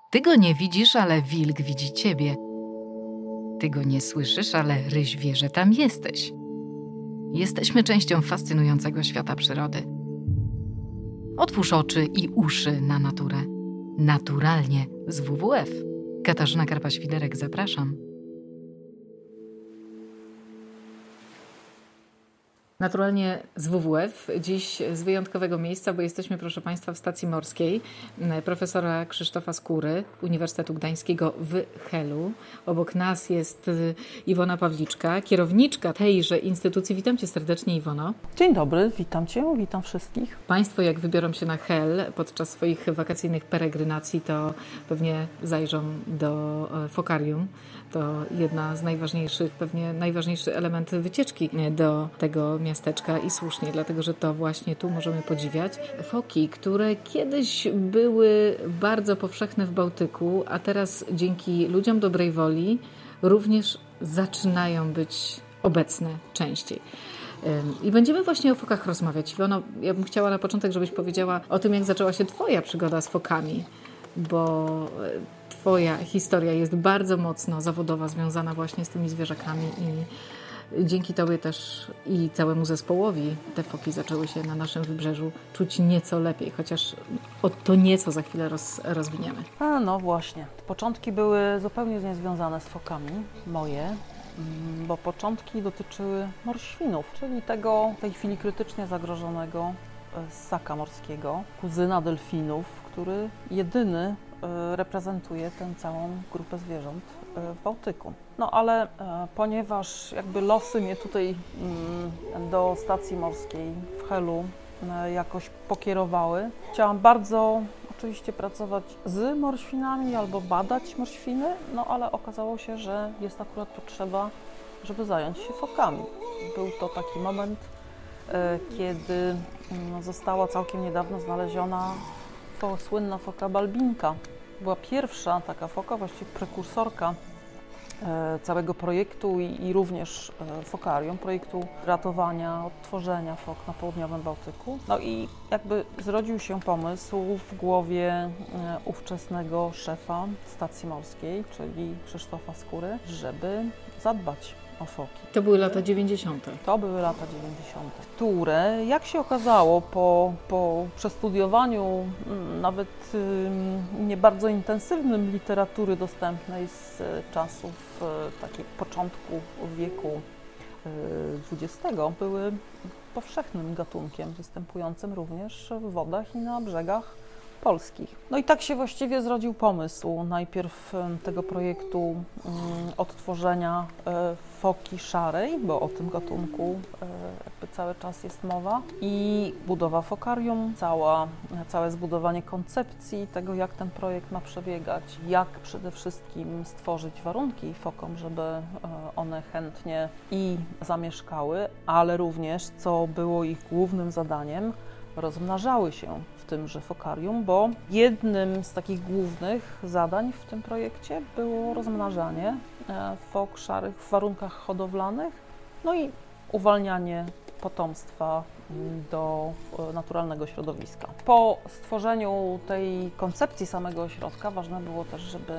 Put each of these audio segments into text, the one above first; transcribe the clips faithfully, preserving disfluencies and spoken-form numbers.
Ty go nie widzisz, ale wilk widzi ciebie. Ty go nie słyszysz, ale ryś wie, że tam jesteś. Jesteśmy częścią fascynującego świata przyrody. Otwórz oczy i uszy na naturę. Naturalnie z W W F. Katarzyna Karpa-Świderek, zapraszam. Naturalnie z W W F, dziś z wyjątkowego miejsca, bo jesteśmy, proszę Państwa, w stacji morskiej profesora Krzysztofa Skóry, Uniwersytetu Gdańskiego w Helu. Obok nas jest Iwona Pawliczka, kierowniczka tejże instytucji. Witam Cię serdecznie, Iwono. Dzień dobry, witam Cię, witam wszystkich. Państwo, jak wybiorą się na Hel podczas swoich wakacyjnych peregrinacji, to pewnie zajrzą do fokarium. To jedna z najważniejszych, pewnie najważniejszy element wycieczki do tego miasteczka i słusznie, dlatego że to właśnie tu możemy podziwiać foki, które kiedyś były bardzo powszechne w Bałtyku, a teraz dzięki ludziom dobrej woli również zaczynają być obecne częściej. I będziemy właśnie o fokach rozmawiać. Iwono, ja bym chciała na początek, żebyś powiedziała o tym, jak zaczęła się Twoja przygoda z fokami, bo Twoja historia jest bardzo mocno zawodowa, związana właśnie z tymi zwierzakami i dzięki Tobie też i całemu zespołowi te foki zaczęły się na naszym wybrzeżu czuć nieco lepiej, chociaż o to nieco za chwilę roz, rozwiniemy. A no właśnie, początki były zupełnie niezwiązane z fokami, moje, bo początki dotyczyły morświnów, czyli tego w tej chwili krytycznie zagrożonego ssaka morskiego, kuzyna delfinów, który jedyny reprezentuje tę całą grupę zwierząt w Bałtyku. No ale ponieważ jakby losy mnie tutaj do stacji morskiej w Helu jakoś pokierowały, chciałam bardzo oczywiście pracować z morświnami albo badać morświny, no ale okazało się, że jest akurat potrzeba, żeby zająć się fokami. Był to taki moment, kiedy została całkiem niedawno znaleziona słynna foka balbinka. Była pierwsza taka foka, właściwie prekursorka całego projektu i, i również fokarium, projektu ratowania, odtworzenia fok na południowym Bałtyku. No i jakby zrodził się pomysł w głowie ówczesnego szefa stacji morskiej, czyli Krzysztofa Skóry, żeby zadbać o foki. To były lata dziewięćdziesiąte. To były lata dziewięćdziesiąte, które, jak się okazało, po, po przestudiowaniu nawet nie bardzo intensywnym literatury dostępnej z czasów takiej początku wieku dwudziestego, były powszechnym gatunkiem występującym również w wodach i na brzegach polskich. No i tak się właściwie zrodził pomysł najpierw tego projektu odtworzenia foki szarej, bo o tym gatunku jakby cały czas jest mowa, i budowa fokarium, cała, całe zbudowanie koncepcji tego, jak ten projekt ma przebiegać, jak przede wszystkim stworzyć warunki fokom, żeby one chętnie i zamieszkały, ale również, co było ich głównym zadaniem, rozmnażały się w tymże fokarium, bo jednym z takich głównych zadań w tym projekcie było rozmnażanie fok szarych w warunkach hodowlanych, no i uwalnianie potomstwa do naturalnego środowiska. Po stworzeniu tej koncepcji samego ośrodka ważne było też, żeby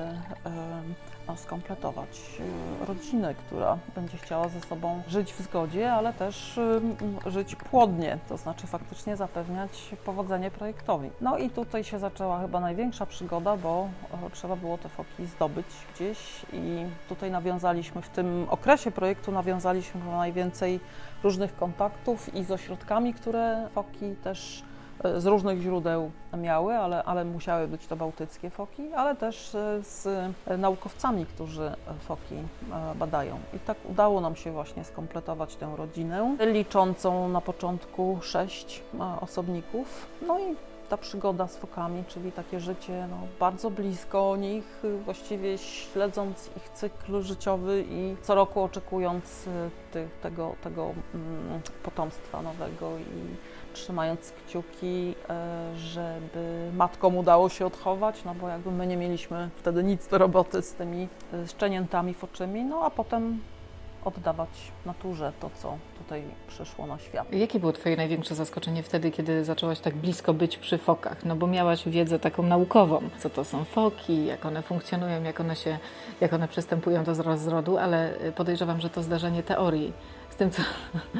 skompletować rodzinę, która będzie chciała ze sobą żyć w zgodzie, ale też żyć płodnie, to znaczy faktycznie zapewniać powodzenie projektowi. No i tutaj się zaczęła chyba największa przygoda, bo trzeba było te foki zdobyć gdzieś i tutaj nawiązaliśmy, w tym okresie projektu nawiązaliśmy najwięcej różnych kontaktów i z ośrodkami, które foki też z różnych źródeł miały, ale, ale musiały być to bałtyckie foki, ale też z naukowcami, którzy foki badają. I tak udało nam się właśnie skompletować tę rodzinę, liczącą na początku sześć osobników. No i ta przygoda z fokami, czyli takie życie no, bardzo blisko nich, właściwie śledząc ich cykl życiowy i co roku oczekując ty, tego, tego mm, potomstwa nowego i trzymając kciuki, żeby matkom udało się odchować, no bo jakby my nie mieliśmy wtedy nic do roboty z tymi szczeniętami foczymi, no a potem oddawać naturze to, co, to, tutaj przyszło na świat. Jakie było Twoje największe zaskoczenie wtedy, kiedy zaczęłaś tak blisko być przy fokach? No bo miałaś wiedzę taką naukową, co to są foki, jak one funkcjonują, jak one się, jak one przystępują do rozrodu, ale podejrzewam, że to zdarzenie teorii z tym, co,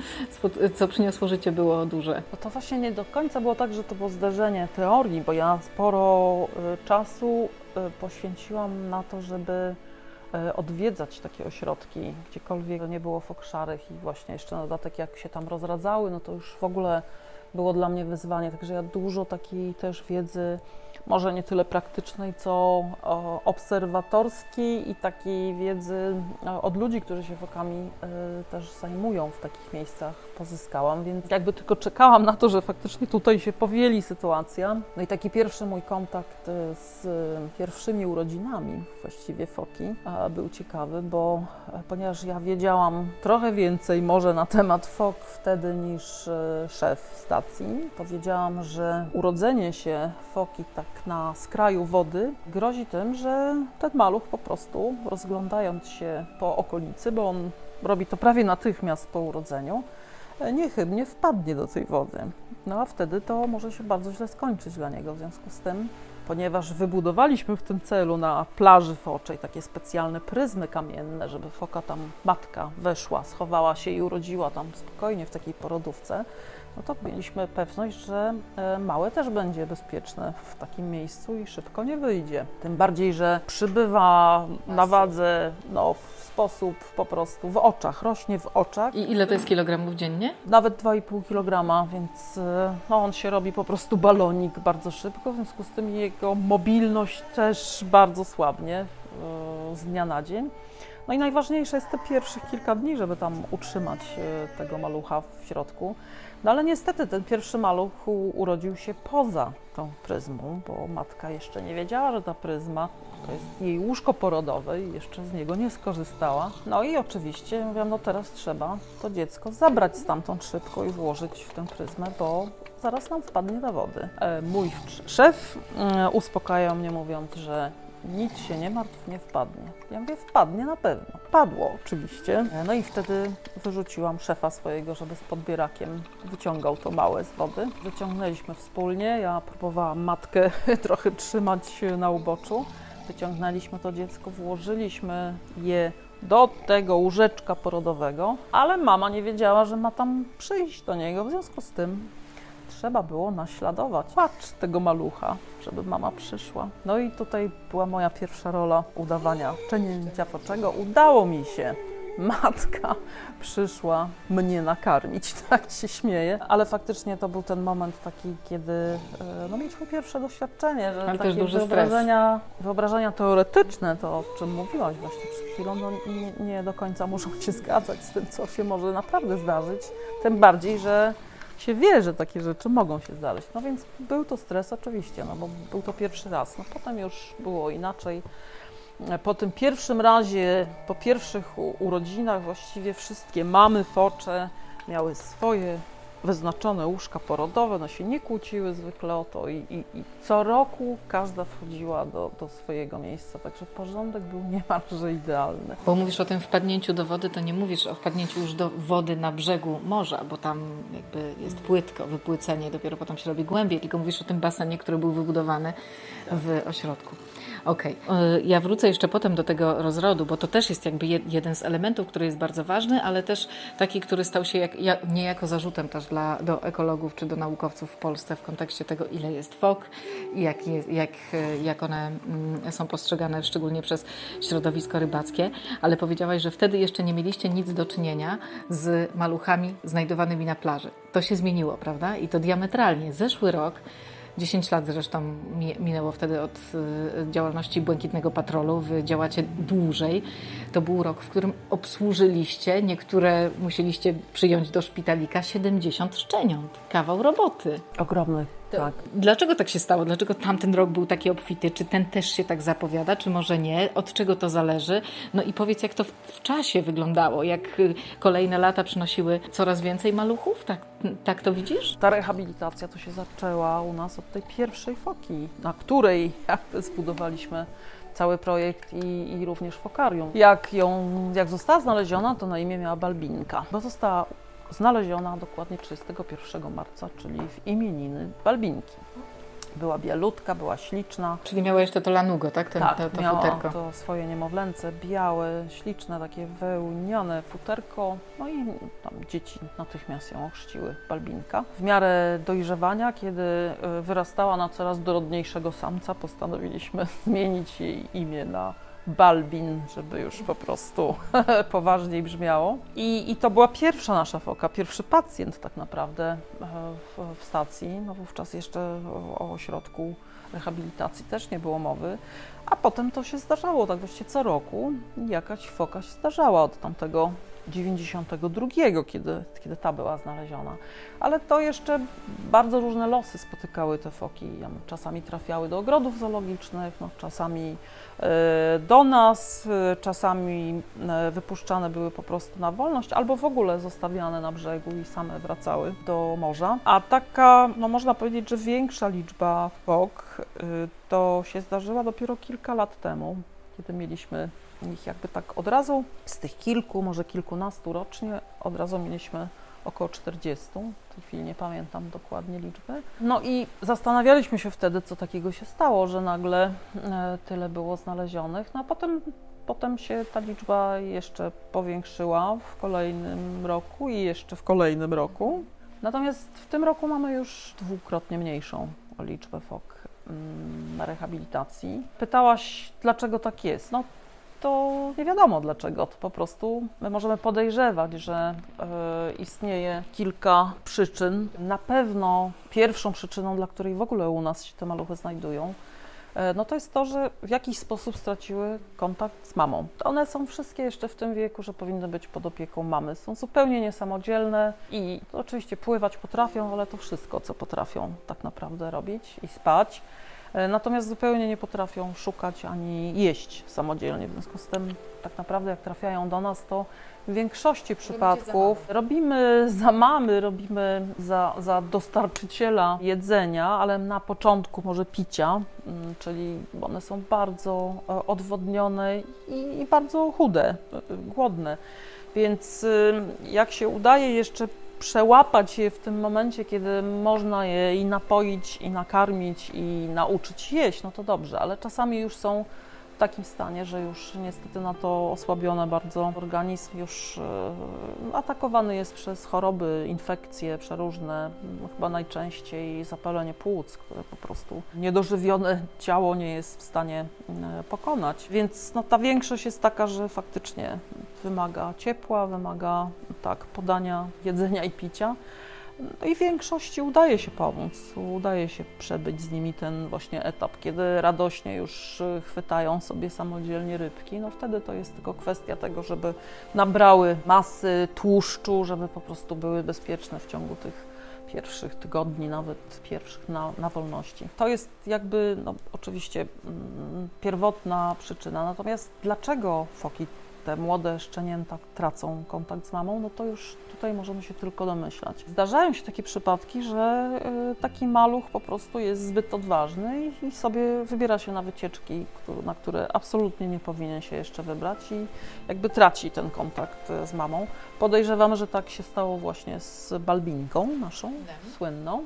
co przyniosło życie, było duże. No to właśnie nie do końca było tak, że to było zdarzenie teorii, bo ja sporo y, czasu y, poświęciłam na to, żeby y, odwiedzać takie ośrodki, gdziekolwiek nie było fok szarych i właśnie jeszcze na dodatek jak się tam rozradzały, no to już w ogóle było dla mnie wyzwanie, także ja dużo takiej też wiedzy, może nie tyle praktycznej, co o, obserwatorskiej i takiej wiedzy o, od ludzi, którzy się fokami y, też zajmują w takich miejscach, pozyskałam, więc jakby tylko czekałam na to, że faktycznie tutaj się powieli sytuacja. No i taki pierwszy mój kontakt z pierwszymi urodzinami właściwie foki był ciekawy, bo ponieważ ja wiedziałam trochę więcej może na temat fok wtedy niż szef stacji, to wiedziałam, że urodzenie się foki tak na skraju wody grozi tym, że ten maluch po prostu rozglądając się po okolicy, bo on robi to prawie natychmiast po urodzeniu, niechybnie wpadnie do tej wody. No a wtedy to może się bardzo źle skończyć dla niego. W związku z tym, ponieważ wybudowaliśmy w tym celu na plaży foczej takie specjalne pryzmy kamienne, żeby foka tam, matka weszła, schowała się i urodziła tam spokojnie w takiej porodówce, no to mieliśmy pewność, że małe też będzie bezpieczne w takim miejscu i szybko nie wyjdzie. Tym bardziej, że przybywa na wadze no, w sposób po prostu w oczach, rośnie w oczach. I ile to jest kilogramów dziennie? Nawet dwa i pół kilograma, więc no, on się robi po prostu balonik bardzo szybko, w związku z tym jego mobilność też bardzo słabnie z dnia na dzień. No i najważniejsze jest te pierwszych kilka dni, żeby tam utrzymać tego malucha w środku. No ale niestety ten pierwszy maluch urodził się poza tą pryzmą, bo matka jeszcze nie wiedziała, że ta pryzma to jest jej łóżko porodowe i jeszcze z niego nie skorzystała. No i oczywiście mówię, no teraz trzeba to dziecko zabrać stamtąd szybko i włożyć w tę pryzmę, bo zaraz nam wpadnie do wody. Mój szef uspokajał mnie mówiąc, że nic się nie martw, nie wpadnie. Ja mówię, wpadnie na pewno. Padło oczywiście. No i wtedy wyrzuciłam szefa swojego, żeby z podbierakiem wyciągał to małe z wody. Wyciągnęliśmy wspólnie, ja próbowałam matkę trochę trzymać na uboczu. Wyciągnęliśmy to dziecko, włożyliśmy je do tego łóżeczka porodowego, ale mama nie wiedziała, że ma tam przyjść do niego, w związku z tym trzeba było naśladować płacz tego malucha, żeby mama przyszła. No i tutaj była moja pierwsza rola udawania szczenięcia foczego. Udało mi się. Matka przyszła mnie nakarmić, tak się śmieję, ale faktycznie to był ten moment taki, kiedy no, mieliśmy pierwsze doświadczenie, że ale takie też duży wyobrażenia, wyobrażenia teoretyczne, to o czym mówiłaś właśnie przed chwilą, no, nie, nie do końca muszą się zgadzać z tym, co się może naprawdę zdarzyć, tym bardziej, że się wie, że takie rzeczy mogą się zdarzyć. No więc był to stres oczywiście, no bo był to pierwszy raz. No potem już było inaczej. Po tym pierwszym razie, po pierwszych urodzinach właściwie wszystkie mamy focze miały swoje wyznaczone łóżka porodowe, no się nie kłóciły zwykle o to i, i, i co roku każda wchodziła do, do swojego miejsca, także porządek był niemalże idealny. Bo mówisz o tym wpadnięciu do wody, to nie mówisz o wpadnięciu już do wody na brzegu morza, bo tam jakby jest płytko, wypłycenie, dopiero potem się robi głębiej, tylko mówisz o tym basenie, który był wybudowany w ośrodku. Okej, okay. Ja wrócę jeszcze potem do tego rozrodu, bo to też jest jakby jeden z elementów, który jest bardzo ważny, ale też taki, który stał się jak, jak, niejako zarzutem też dla, do ekologów czy do naukowców w Polsce w kontekście tego, ile jest fok i jak, jak, jak one są postrzegane szczególnie przez środowisko rybackie, ale powiedziałaś, że wtedy jeszcze nie mieliście nic do czynienia z maluchami znajdowanymi na plaży. To się zmieniło, prawda? I to diametralnie. Zeszły rok, dziesięć lat zresztą minęło wtedy od działalności Błękitnego Patrolu, wy działacie dłużej. To był rok, w którym obsłużyliście, niektóre musieliście przyjąć do szpitalika, siedemdziesiąt szczeniąt. Kawał roboty. Ogromny, tak. Dlaczego tak się stało? Dlaczego tamten rok był taki obfity? Czy ten też się tak zapowiada, czy może nie? Od czego to zależy? No i powiedz, jak to w, w czasie wyglądało? Jak kolejne lata przynosiły coraz więcej maluchów? Tak, tak to widzisz? Ta rehabilitacja to się zaczęła u nas od tej pierwszej foki, na której jakby zbudowaliśmy cały projekt i, i również fokarium. Jak ją, jak została znaleziona, to na imię miała Balbinka, bo została znaleziona dokładnie trzydziestego pierwszego marca, czyli w imieniny Balbinki. Była bialutka, była śliczna. Czyli miała jeszcze to lanugo, tak? Ten, tak, to, to miała futerko. to swoje niemowlęce, białe, śliczne, takie wełniane futerko. No i tam dzieci natychmiast ją ochrzciły, Balbinka. W miarę dojrzewania, kiedy wyrastała na coraz dorodniejszego samca, postanowiliśmy zmienić jej imię na Balbin, żeby już po prostu poważniej brzmiało. I, I to była pierwsza nasza foka, pierwszy pacjent tak naprawdę w, w stacji. No wówczas jeszcze o, o ośrodku rehabilitacji też nie było mowy, a potem to się zdarzało, tak właściwie co roku jakaś foka się zdarzała od tamtego dziewięćdziesiątego drugiego, kiedy, kiedy ta była znaleziona. Ale to jeszcze bardzo różne losy spotykały te foki. Czasami trafiały do ogrodów zoologicznych, no, czasami y, do nas, y, czasami y, wypuszczane były po prostu na wolność, albo w ogóle zostawiane na brzegu i same wracały do morza. A taka, no można powiedzieć, że większa liczba fok y, to się zdarzyła dopiero kilka lat temu, kiedy mieliśmy ich jakby tak od razu, z tych kilku, może kilkunastu rocznie, od razu mieliśmy około czterdziestu, w tej chwili nie pamiętam dokładnie liczby. No i zastanawialiśmy się wtedy, co takiego się stało, że nagle tyle było znalezionych, no a potem, potem się ta liczba jeszcze powiększyła w kolejnym roku i jeszcze w kolejnym roku. Natomiast w tym roku mamy już dwukrotnie mniejszą liczbę fok na rehabilitacji. Pytałaś, dlaczego tak jest? No, to nie wiadomo dlaczego, to po prostu my możemy podejrzewać, że y, istnieje kilka przyczyn. Na pewno pierwszą przyczyną, dla której w ogóle u nas się te maluchy znajdują, y, no to jest to, że w jakiś sposób straciły kontakt z mamą. One są wszystkie jeszcze w tym wieku, że powinny być pod opieką mamy. Są zupełnie niesamodzielne i oczywiście pływać potrafią, ale to wszystko, co potrafią tak naprawdę robić i spać. Natomiast zupełnie nie potrafią szukać ani jeść samodzielnie. W związku z tym tak naprawdę jak trafiają do nas, to w większości przypadków za robimy za mamy, robimy za, za dostarczyciela jedzenia, ale na początku może picia, czyli one są bardzo odwodnione i, i bardzo chude, głodne. Więc jak się udaje jeszcze przełapać je w tym momencie, kiedy można je i napoić, i nakarmić, i nauczyć jeść, no to dobrze, ale czasami już są w takim stanie, że już niestety na to osłabione bardzo organizm już atakowany jest przez choroby, infekcje przeróżne, chyba najczęściej zapalenie płuc, które po prostu niedożywione ciało nie jest w stanie pokonać. Więc no, ta większość jest taka, że faktycznie wymaga ciepła, wymaga tak, podania jedzenia i picia. No i w większości udaje się pomóc, udaje się przebyć z nimi ten właśnie etap, kiedy radośnie już chwytają sobie samodzielnie rybki. No wtedy to jest tylko kwestia tego, żeby nabrały masy tłuszczu, żeby po prostu były bezpieczne w ciągu tych pierwszych tygodni, nawet pierwszych na, na wolności. To jest jakby, no oczywiście mm, pierwotna przyczyna, natomiast dlaczego foki, te młode szczenięta tracą kontakt z mamą, no to już tutaj możemy się tylko domyślać. Zdarzają się takie przypadki, że taki maluch po prostu jest zbyt odważny i sobie wybiera się na wycieczki, na które absolutnie nie powinien się jeszcze wybrać i jakby traci ten kontakt z mamą. Podejrzewamy, że tak się stało właśnie z Balbinką naszą, słynną,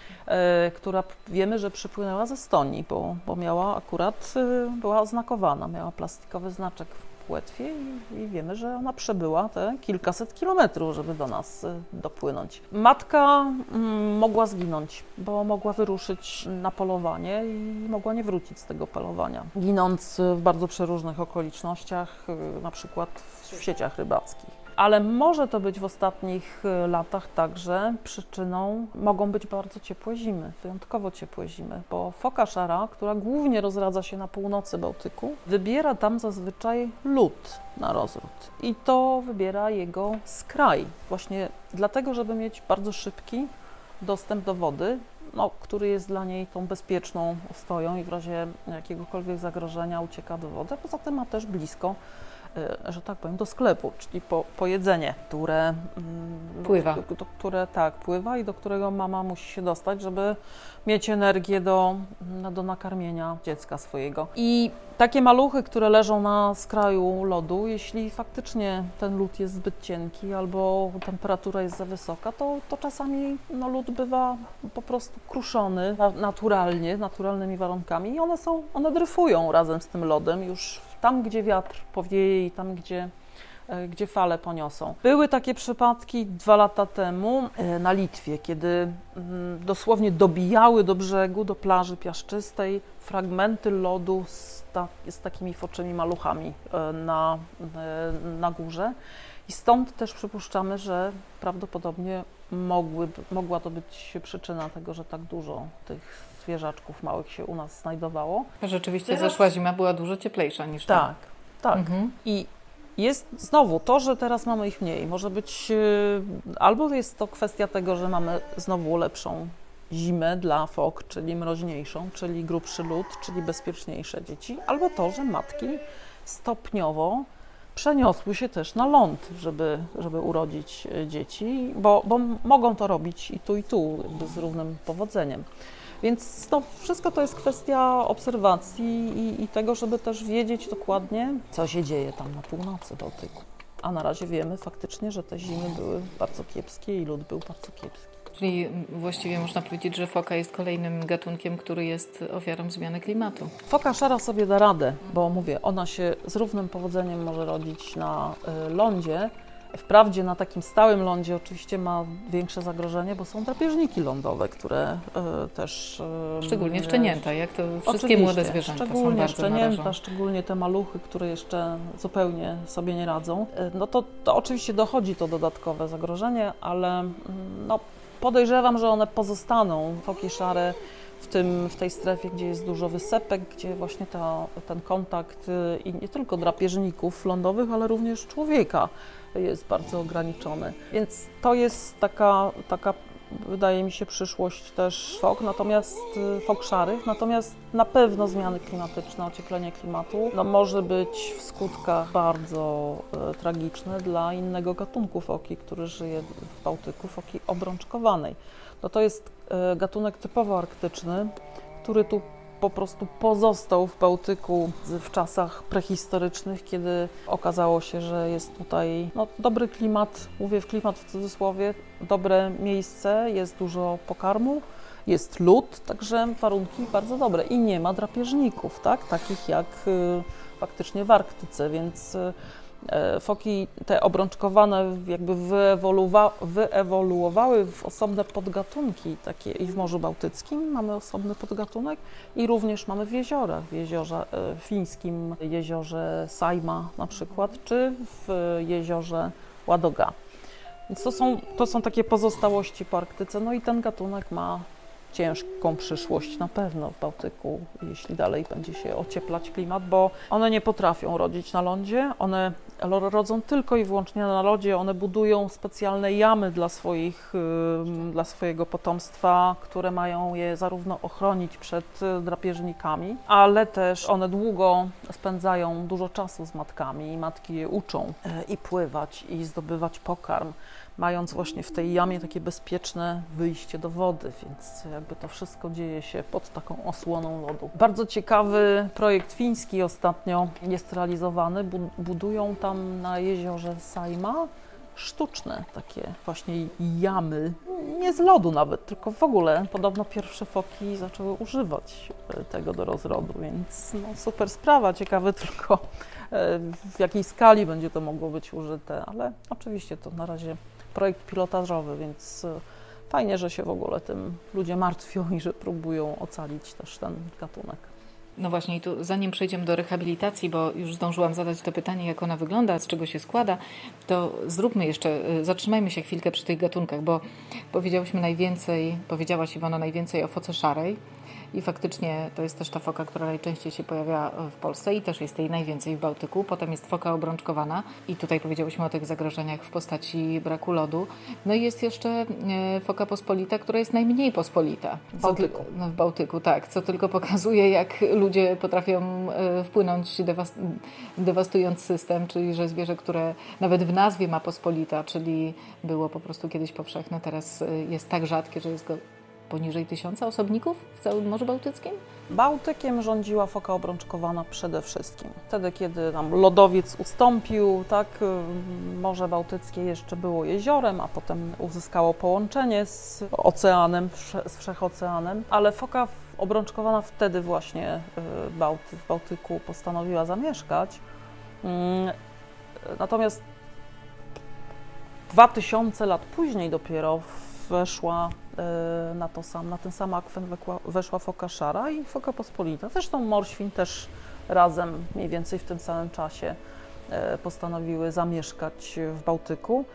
która wiemy, że przypłynęła ze Estonii, bo, bo miała akurat, była oznakowana, miała plastikowy znaczek w płetwie i, i wiemy, że ona przebyła te kilkaset kilometrów, żeby do nas dopłynąć. Matka mm, mogła zginąć, bo mogła wyruszyć na polowanie i mogła nie wrócić z tego polowania, ginąc w bardzo przeróżnych okolicznościach, na przykład w sieciach rybackich. Ale może to być w ostatnich latach także przyczyną, mogą być bardzo ciepłe zimy, wyjątkowo ciepłe zimy, bo foka szara, która głównie rozradza się na północy Bałtyku, wybiera tam zazwyczaj lód na rozród i to wybiera jego skraj, właśnie dlatego, żeby mieć bardzo szybki dostęp do wody, no, który jest dla niej tą bezpieczną ostoją i w razie jakiegokolwiek zagrożenia ucieka do wody, poza tym ma też blisko że tak powiem, do sklepu, czyli po, po jedzenie, które pływa. Do, do, które tak pływa i do którego mama musi się dostać, żeby mieć energię do, do nakarmienia dziecka swojego. I takie maluchy, które leżą na skraju lodu, jeśli faktycznie ten lód jest zbyt cienki albo temperatura jest za wysoka, to, to czasami no, lód bywa po prostu kruszony naturalnie, naturalnymi warunkami i one są, one dryfują razem z tym lodem już tam, gdzie wiatr powieje i tam, gdzie, gdzie fale poniosą. Były takie przypadki dwa lata temu na Litwie, kiedy dosłownie dobijały do brzegu, do plaży piaszczystej fragmenty lodu z, ta, z takimi foczymi maluchami na, na górze. I stąd też przypuszczamy, że prawdopodobnie mogły, mogła to być przyczyna tego, że tak dużo tych zwierzaczków małych się u nas znajdowało. Rzeczywiście teraz... zeszła zima była dużo cieplejsza niż ta. Tak, tak. Mhm. I jest znowu to, że teraz mamy ich mniej. Może być albo jest to kwestia tego, że mamy znowu lepszą zimę dla fok, czyli mroźniejszą, czyli grubszy lód, czyli bezpieczniejsze dzieci, albo to, że matki stopniowo przeniosły się też na ląd, żeby, żeby urodzić dzieci, bo, bo mogą to robić i tu, i tu, jakby z równym powodzeniem. Więc no, wszystko to jest kwestia obserwacji i, i tego, żeby też wiedzieć dokładnie, co się dzieje tam na północy Bałtyku. A na razie wiemy faktycznie, że te zimy były bardzo kiepskie i lód był bardzo kiepski. Czyli właściwie można powiedzieć, że foka jest kolejnym gatunkiem, który jest ofiarą zmiany klimatu. Foka szara sobie da radę, bo mówię, ona się z równym powodzeniem może rodzić na y, lądzie. Wprawdzie na takim stałym lądzie oczywiście ma większe zagrożenie, bo są drapieżniki lądowe, które y, też... Y, szczególnie szczenięta, jak to wszystkie młode zwierzęta szczególnie są bardzo szczenięta, narażone. Szczególnie te maluchy, które jeszcze zupełnie sobie nie radzą. Y, no to, to oczywiście dochodzi to dodatkowe zagrożenie, ale y, no, podejrzewam, że one pozostaną, foki szare, w, tym, w tej strefie, gdzie jest dużo wysepek, gdzie właśnie ta, ten kontakt y, i nie tylko drapieżników lądowych, ale również człowieka jest bardzo ograniczony. Więc to jest taka, taka wydaje mi się, przyszłość też fok, natomiast fok szarych, natomiast na pewno zmiany klimatyczne, ocieplenie klimatu no, może być w skutkach bardzo e, tragiczne dla innego gatunku foki, który żyje w Bałtyku, foki obrączkowanej. No, to jest e, gatunek typowo arktyczny, który tu po prostu pozostał w Bałtyku w czasach prehistorycznych, kiedy okazało się, że jest tutaj no, dobry klimat, mówię w klimat w cudzysłowie, dobre miejsce, jest dużo pokarmu, jest lód, także warunki bardzo dobre i nie ma drapieżników, tak? Takich jak y, faktycznie w Arktyce, więc y, foki te obrączkowane jakby wyewoluwa, wyewoluowały w osobne podgatunki, takie i w Morzu Bałtyckim mamy osobny podgatunek i również mamy w jeziorach, w jeziorze fińskim, jeziorze Saimaa na przykład, czy w jeziorze Ładoga. Więc to są, to są takie pozostałości po Arktyce, no i ten gatunek ma ciężką przyszłość na pewno w Bałtyku, jeśli dalej będzie się ocieplać klimat, bo one nie potrafią rodzić na lądzie, one rodzą tylko i wyłącznie na lodzie, one budują specjalne jamy dla swoich, dla swojego potomstwa, które mają je zarówno ochronić przed drapieżnikami, ale też one długo spędzają dużo czasu z matkami i matki je uczą i pływać, i zdobywać pokarm, mając właśnie w tej jamie takie bezpieczne wyjście do wody, więc jakby to wszystko dzieje się pod taką osłoną lodu. Bardzo ciekawy projekt fiński ostatnio jest realizowany. Budują tam na jeziorze Saimaa sztuczne takie właśnie jamy, nie z lodu nawet, tylko w ogóle podobno pierwsze foki zaczęły używać tego do rozrodu, więc no, super sprawa, ciekawe tylko w jakiej skali będzie to mogło być użyte, ale oczywiście to na razie projekt pilotażowy, więc fajnie, że się w ogóle tym ludzie martwią i że próbują ocalić też ten gatunek. No właśnie i tu zanim przejdziemy do rehabilitacji, bo już zdążyłam zadać to pytanie, jak ona wygląda, z czego się składa, to zróbmy jeszcze, zatrzymajmy się chwilkę przy tych gatunkach, bo powiedziałyśmy najwięcej, powiedziałaś Iwona najwięcej o foce szarej, I faktycznie to jest też ta foka, która najczęściej się pojawia w Polsce i też jest jej najwięcej w Bałtyku. Potem jest foka obrączkowana i tutaj powiedziałyśmy o tych zagrożeniach w postaci braku lodu. No i jest jeszcze foka pospolita, która jest najmniej pospolita. W Bałtyku. No, w Bałtyku, tak. Co tylko pokazuje, jak ludzie potrafią wpłynąć dewast- dewastując system, czyli że zwierzę, które nawet w nazwie ma pospolita, czyli było po prostu kiedyś powszechne, teraz jest tak rzadkie, że jest go poniżej tysiąca osobników w całym Morzu Bałtyckim? Bałtykiem rządziła foka obrączkowana przede wszystkim. Wtedy, kiedy tam lodowiec ustąpił, tak, Morze Bałtyckie jeszcze było jeziorem, a potem uzyskało połączenie z oceanem, z wszechoceanem, ale foka obrączkowana wtedy właśnie Bałty, w Bałtyku postanowiła zamieszkać. Natomiast dwa tysiące lat później dopiero weszła na, to sam, na ten sam akwen weszła foka szara i foka pospolita. Zresztą morświn też razem, mniej więcej w tym samym czasie postanowiły zamieszkać w Bałtyku.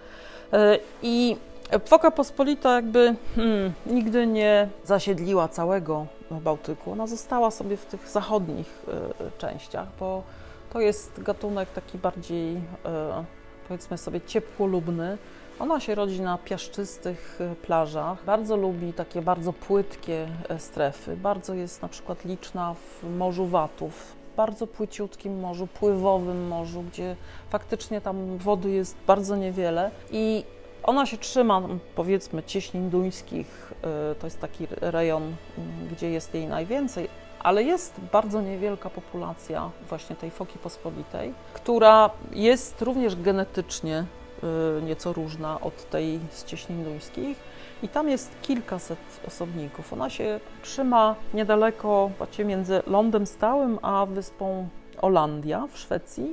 I foka pospolita jakby hmm, nigdy nie zasiedliła całego Bałtyku. Ona została sobie w tych zachodnich częściach, bo to jest gatunek taki bardziej, powiedzmy sobie, ciepłolubny. Ona się rodzi na piaszczystych plażach, bardzo lubi takie bardzo płytkie strefy, bardzo jest na przykład liczna w Morzu Watów, bardzo płyciutkim morzu, pływowym morzu, gdzie faktycznie tam wody jest bardzo niewiele i ona się trzyma, powiedzmy, cieśnin duńskich, to jest taki rejon, gdzie jest jej najwięcej, ale jest bardzo niewielka populacja właśnie tej foki pospolitej, która jest również genetycznie nieco różna od tej z cieśnin duńskich i tam jest kilkaset osobników. Ona się trzyma niedaleko, właściwie między lądem stałym a wyspą Olandia w Szwecji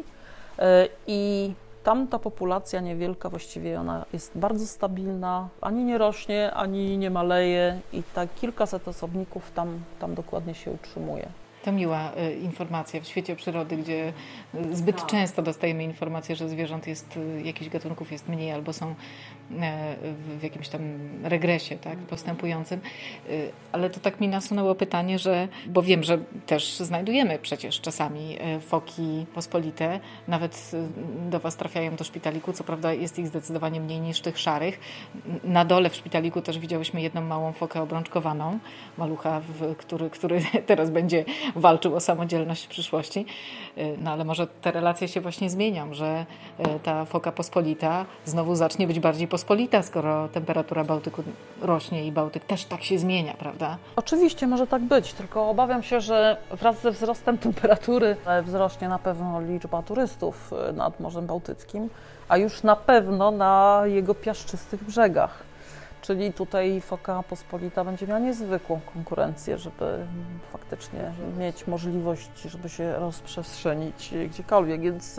i tam ta populacja niewielka, właściwie ona jest bardzo stabilna, ani nie rośnie, ani nie maleje i tak kilkaset osobników tam, tam dokładnie się utrzymuje. To miła y, informacja w świecie przyrody, gdzie zbyt tak. często dostajemy informację, że zwierząt jest, y, jakichś gatunków jest mniej albo są y, w, w jakimś tam regresie, tak, postępującym. Y, ale to tak mi nasunęło pytanie, że, bo wiem, że też znajdujemy przecież czasami y, foki pospolite, nawet y, do Was trafiają do szpitaliku, co prawda jest ich zdecydowanie mniej niż tych szarych. Na dole w szpitaliku też widziałyśmy jedną małą fokę obrączkowaną, malucha, w, który, który teraz będzie walczył o samodzielność w przyszłości. No ale może te relacje się właśnie zmienią, że ta foka pospolita znowu zacznie być bardziej pospolita, skoro temperatura Bałtyku rośnie i Bałtyk też tak się zmienia, prawda? Oczywiście może tak być, tylko obawiam się, że wraz ze wzrostem temperatury wzrośnie na pewno liczba turystów nad Morzem Bałtyckim, a już na pewno na jego piaszczystych brzegach. Czyli tutaj foka pospolita będzie miała niezwykłą konkurencję, żeby faktycznie mieć możliwość, żeby się rozprzestrzenić gdziekolwiek, więc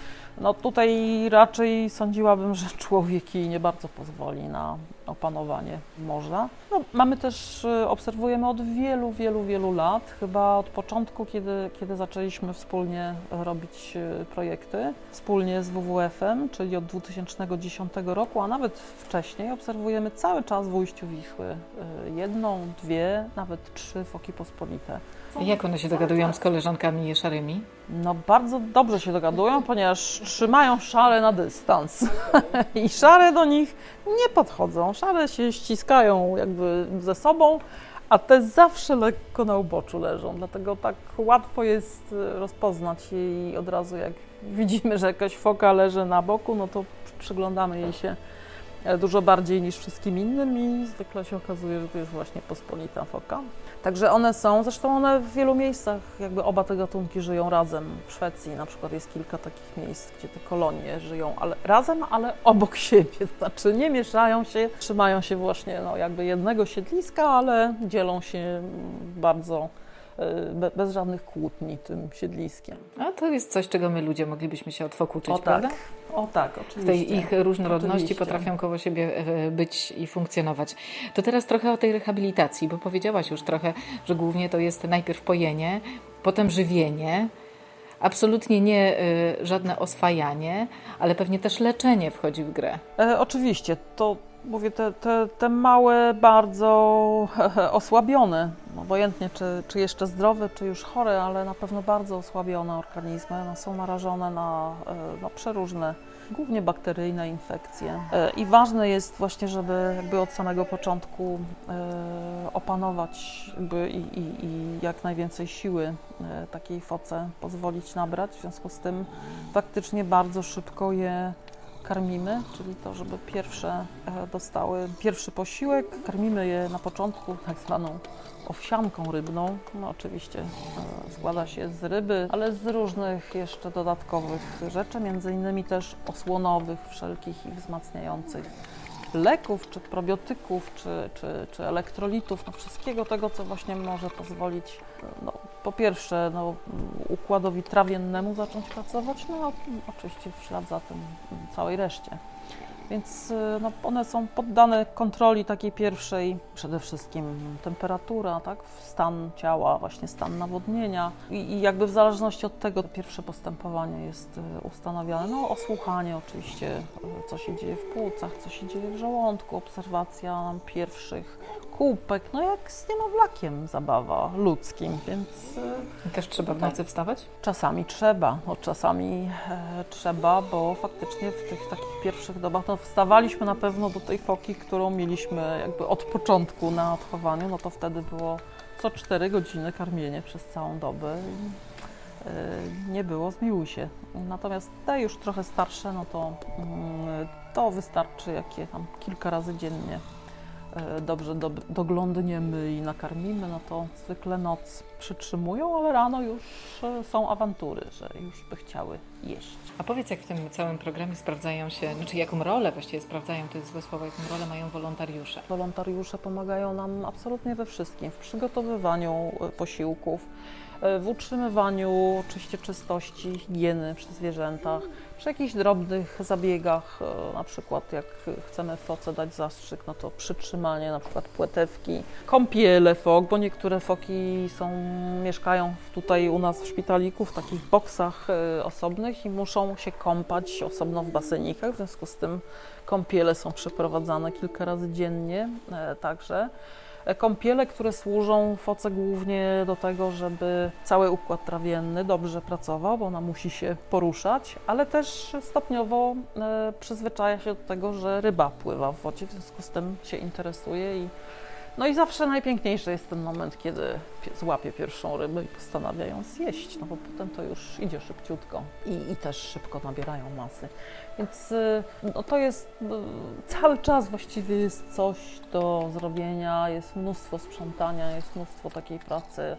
no tutaj raczej sądziłabym, że człowiek jej nie bardzo pozwoli na opanowanie morza. No, mamy też, obserwujemy od wielu, wielu, wielu lat, chyba od początku, kiedy, kiedy zaczęliśmy wspólnie robić projekty, wspólnie z W W F-em, czyli od dwa tysiące dziesiątego roku, a nawet wcześniej obserwujemy cały czas w ujściu Wisły jedną, dwie, nawet trzy foki pospolite. Jak one się dogadują z koleżankami szarymi? No bardzo dobrze się dogadują, ponieważ trzymają szare na dystans i szare do nich nie podchodzą. Szare się ściskają jakby ze sobą, a te zawsze lekko na uboczu leżą, dlatego tak łatwo jest rozpoznać jej od razu, jak widzimy, że jakaś foka leży na boku, no to przyglądamy jej się dużo bardziej niż wszystkim innym i zwykle się okazuje, że to jest właśnie pospolita foka. Także one są, zresztą one w wielu miejscach, jakby oba te gatunki żyją razem. W Szwecji na przykład jest kilka takich miejsc, gdzie te kolonie żyją ale razem, ale obok siebie, to znaczy nie mieszają się, trzymają się właśnie no, jakby jednego siedliska, ale dzielą się bardzo bez żadnych kłótni tym siedliskiem. A to jest coś, czego my ludzie moglibyśmy się od fok uczyć, o, prawda? Tak. O tak, oczywiście. W tej ich różnorodności oczywiście. Potrafią koło siebie być i funkcjonować. To teraz trochę o tej rehabilitacji, bo powiedziałaś już trochę, że głównie to jest najpierw pojenie, potem żywienie, absolutnie nie y, żadne oswajanie, ale pewnie też leczenie wchodzi w grę. E, oczywiście, to Mówię, te, te, te małe, bardzo osłabione, obojętnie czy, czy jeszcze zdrowe, czy już chore, ale na pewno bardzo osłabione organizmy, no, są narażone na no, przeróżne, głównie bakteryjne infekcje. I ważne jest właśnie, żeby jakby od samego początku opanować jakby i, i, i jak najwięcej siły takiej foce pozwolić nabrać. W związku z tym faktycznie bardzo szybko je karmimy, czyli to, żeby pierwsze dostały pierwszy posiłek. Karmimy je na początku tak zwaną owsianką rybną. No oczywiście składa się z ryby, ale z różnych jeszcze dodatkowych rzeczy, między innymi też osłonowych, wszelkich i wzmacniających leków, czy probiotyków, czy, czy, czy elektrolitów, no wszystkiego tego, co właśnie może pozwolić no, po pierwsze no, układowi trawiennemu zacząć pracować, no a oczywiście w ślad za tym całej reszcie. Więc no, one są poddane kontroli takiej pierwszej, przede wszystkim temperatura, tak, stan ciała, właśnie stan nawodnienia i, i jakby w zależności od tego pierwsze postępowanie jest ustanawiane. No osłuchanie oczywiście, co się dzieje w płucach, co się dzieje w żołądku, obserwacja pierwszych kółpek, no jak z niemowlakiem zabawa ludzkim, więc... I też trzeba w nocy wstawać? Czasami trzeba, no czasami e, trzeba, bo faktycznie w tych takich pierwszych dobach, no wstawaliśmy na pewno do tej foki, którą mieliśmy jakby od początku na odchowaniu, no to wtedy było co cztery godziny karmienie przez całą dobę i e, nie było, zmiłuj się. Natomiast te już trochę starsze, no to, mm, to wystarczy jakie tam kilka razy dziennie dobrze do, doglądniemy i nakarmimy, no to zwykle noc przytrzymują, ale rano już są awantury, że już by chciały jeść. A powiedz, jak w tym całym programie sprawdzają się, znaczy jaką rolę właściwie sprawdzają, to jest złe słowo, jaką rolę mają wolontariusze? Wolontariusze pomagają nam absolutnie we wszystkim, w przygotowywaniu posiłków, w utrzymywaniu oczywiście czystości, higieny przy zwierzętach, przy jakichś drobnych zabiegach, na przykład jak chcemy foce dać zastrzyk, no to przytrzymanie na przykład płetewki, kąpiele fok, bo niektóre foki są, mieszkają tutaj u nas w szpitaliku w takich boksach osobnych i muszą się kąpać osobno w basenikach, w związku z tym kąpiele są przeprowadzane kilka razy dziennie także. Kąpiele, które służą foce głównie do tego, żeby cały układ trawienny dobrze pracował, bo ona musi się poruszać, ale też stopniowo e, przyzwyczaja się do tego, że ryba pływa w wodzie, w związku z tym się interesuje i no i zawsze najpiękniejszy jest ten moment, kiedy złapie pierwszą rybę i postanawia ją zjeść, no bo potem to już idzie szybciutko i, i też szybko nabierają masy. Więc no to jest, cały czas właściwie jest coś do zrobienia, jest mnóstwo sprzątania, jest mnóstwo takiej pracy,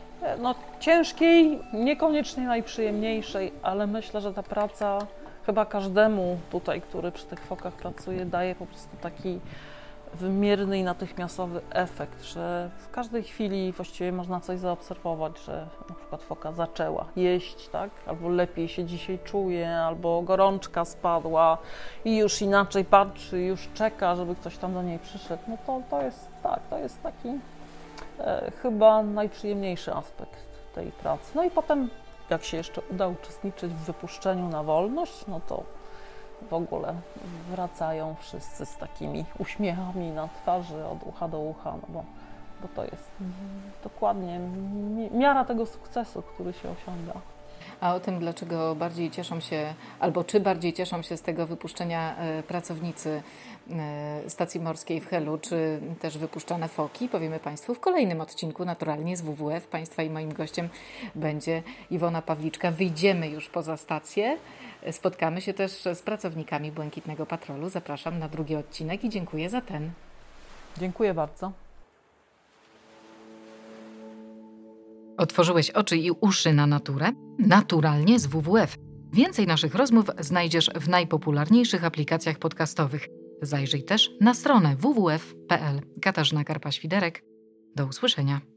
no ciężkiej, niekoniecznie najprzyjemniejszej, ale myślę, że ta praca chyba każdemu tutaj, który przy tych fokach pracuje, daje po prostu taki wymierny i natychmiastowy efekt, że w każdej chwili właściwie można coś zaobserwować, że na przykład foka zaczęła jeść, tak? Albo lepiej się dzisiaj czuje, albo gorączka spadła i już inaczej patrzy, już czeka, żeby ktoś tam do niej przyszedł. No to, to jest tak, to jest taki e, chyba najprzyjemniejszy aspekt tej pracy. No i potem jak się jeszcze uda uczestniczyć w wypuszczeniu na wolność, no to w ogóle wracają wszyscy z takimi uśmiechami na twarzy od ucha do ucha, no bo, bo to jest dokładnie miara tego sukcesu, który się osiąga. A o tym, dlaczego bardziej cieszą się, albo czy bardziej cieszą się z tego wypuszczenia pracownicy stacji morskiej w Helu, czy też wypuszczane foki, powiemy Państwu w kolejnym odcinku, naturalnie z W W F. Państwa i moim gościem będzie Iwona Pawliczka. Wyjdziemy już poza stację, spotkamy się też z pracownikami Błękitnego Patrolu. Zapraszam na drugi odcinek i dziękuję za ten. Dziękuję bardzo. Otworzyłeś oczy i uszy na naturę? Naturalnie z W W F. Więcej naszych rozmów znajdziesz w najpopularniejszych aplikacjach podcastowych. Zajrzyj też na stronę w w f kropka p l. Katarzyna Karpa-Świderek. Do usłyszenia.